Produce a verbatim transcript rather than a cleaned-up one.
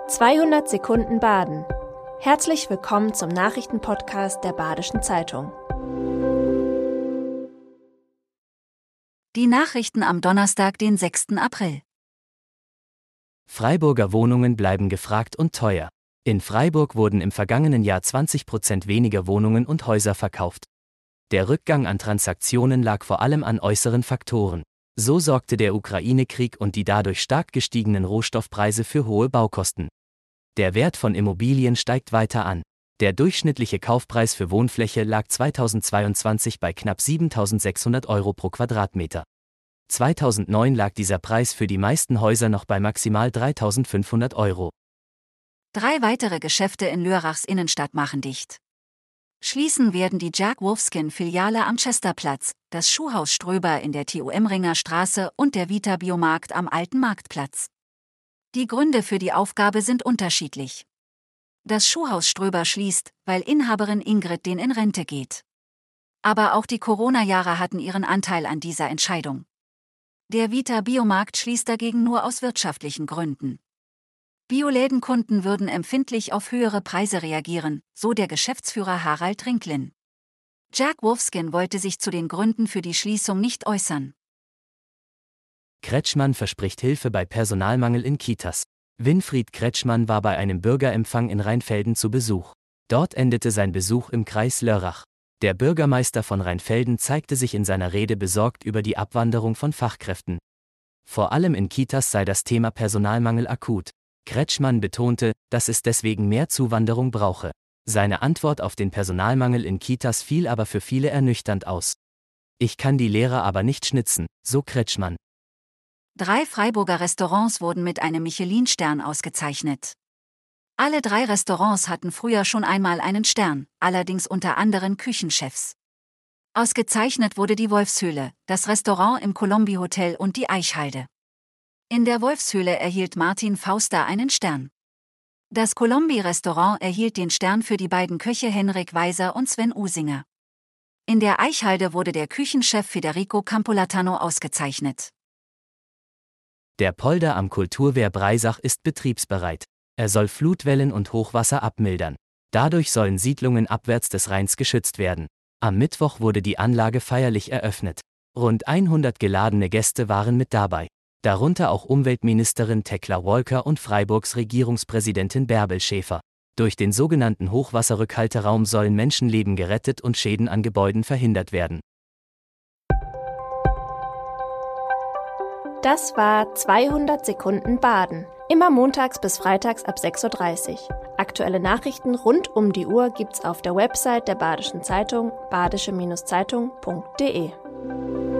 zweihundert Sekunden Baden. Herzlich willkommen zum Nachrichtenpodcast der Badischen Zeitung. Die Nachrichten am Donnerstag, den sechsten April. Freiburger Wohnungen bleiben gefragt und teuer. In Freiburg wurden im vergangenen Jahr zwanzig Prozent weniger Wohnungen und Häuser verkauft. Der Rückgang an Transaktionen lag vor allem an äußeren Faktoren. So sorgte der Ukraine-Krieg und die dadurch stark gestiegenen Rohstoffpreise für hohe Baukosten. Der Wert von Immobilien steigt weiter an. Der durchschnittliche Kaufpreis für Wohnfläche lag zweitausendzweiundzwanzig bei knapp siebentausendsechshundert Euro pro Quadratmeter. zweitausendneun lag dieser Preis für die meisten Häuser noch bei maximal dreitausendfünfhundert Euro. Drei weitere Geschäfte in Lörrachs Innenstadt machen dicht. Schließen werden die Jack Wolfskin-Filiale am Chesterplatz, das Schuhhaus Ströber in der T U M-Ringer Straße und der Vita-Biomarkt am Alten Marktplatz. Die Gründe für die Aufgabe sind unterschiedlich. Das Schuhhaus Ströber schließt, weil Inhaberin Ingrid den in Rente geht. Aber auch die Corona-Jahre hatten ihren Anteil an dieser Entscheidung. Der Vita-Biomarkt schließt dagegen nur aus wirtschaftlichen Gründen. Biolädenkunden würden empfindlich auf höhere Preise reagieren, so der Geschäftsführer Harald Rinklin. Jack Wolfskin wollte sich zu den Gründen für die Schließung nicht äußern. Kretschmann verspricht Hilfe bei Personalmangel in Kitas. Winfried Kretschmann war bei einem Bürgerempfang in Rheinfelden zu Besuch. Dort endete sein Besuch im Kreis Lörrach. Der Bürgermeister von Rheinfelden zeigte sich in seiner Rede besorgt über die Abwanderung von Fachkräften. Vor allem in Kitas sei das Thema Personalmangel akut. Kretschmann betonte, dass es deswegen mehr Zuwanderung brauche. Seine Antwort auf den Personalmangel in Kitas fiel aber für viele ernüchternd aus. Ich kann die Lehrer aber nicht schnitzen, so Kretschmann. Drei Freiburger Restaurants wurden mit einem Michelin-Stern ausgezeichnet. Alle drei Restaurants hatten früher schon einmal einen Stern, allerdings unter anderen Küchenchefs. Ausgezeichnet wurde die Wolfshöhle, das Restaurant im Colombi Hotel und die Eichhalde. In der Wolfshöhle erhielt Martin Fauster einen Stern. Das Colombi-Restaurant erhielt den Stern für die beiden Köche Henrik Weiser und Sven Usinger. In der Eichhalde wurde der Küchenchef Federico Campolatano ausgezeichnet. Der Polder am Kulturwehr Breisach ist betriebsbereit. Er soll Flutwellen und Hochwasser abmildern. Dadurch sollen Siedlungen abwärts des Rheins geschützt werden. Am Mittwoch wurde die Anlage feierlich eröffnet. Rund hundert geladene Gäste waren mit dabei. Darunter auch Umweltministerin Tekla Walker und Freiburgs Regierungspräsidentin Bärbel Schäfer. Durch den sogenannten Hochwasserrückhalteraum sollen Menschenleben gerettet und Schäden an Gebäuden verhindert werden. Das war zweihundert Sekunden Baden. Immer montags bis freitags ab sechs Uhr dreißig. Aktuelle Nachrichten rund um die Uhr gibt's auf der Website der Badischen Zeitung badische Zeitung punkt de.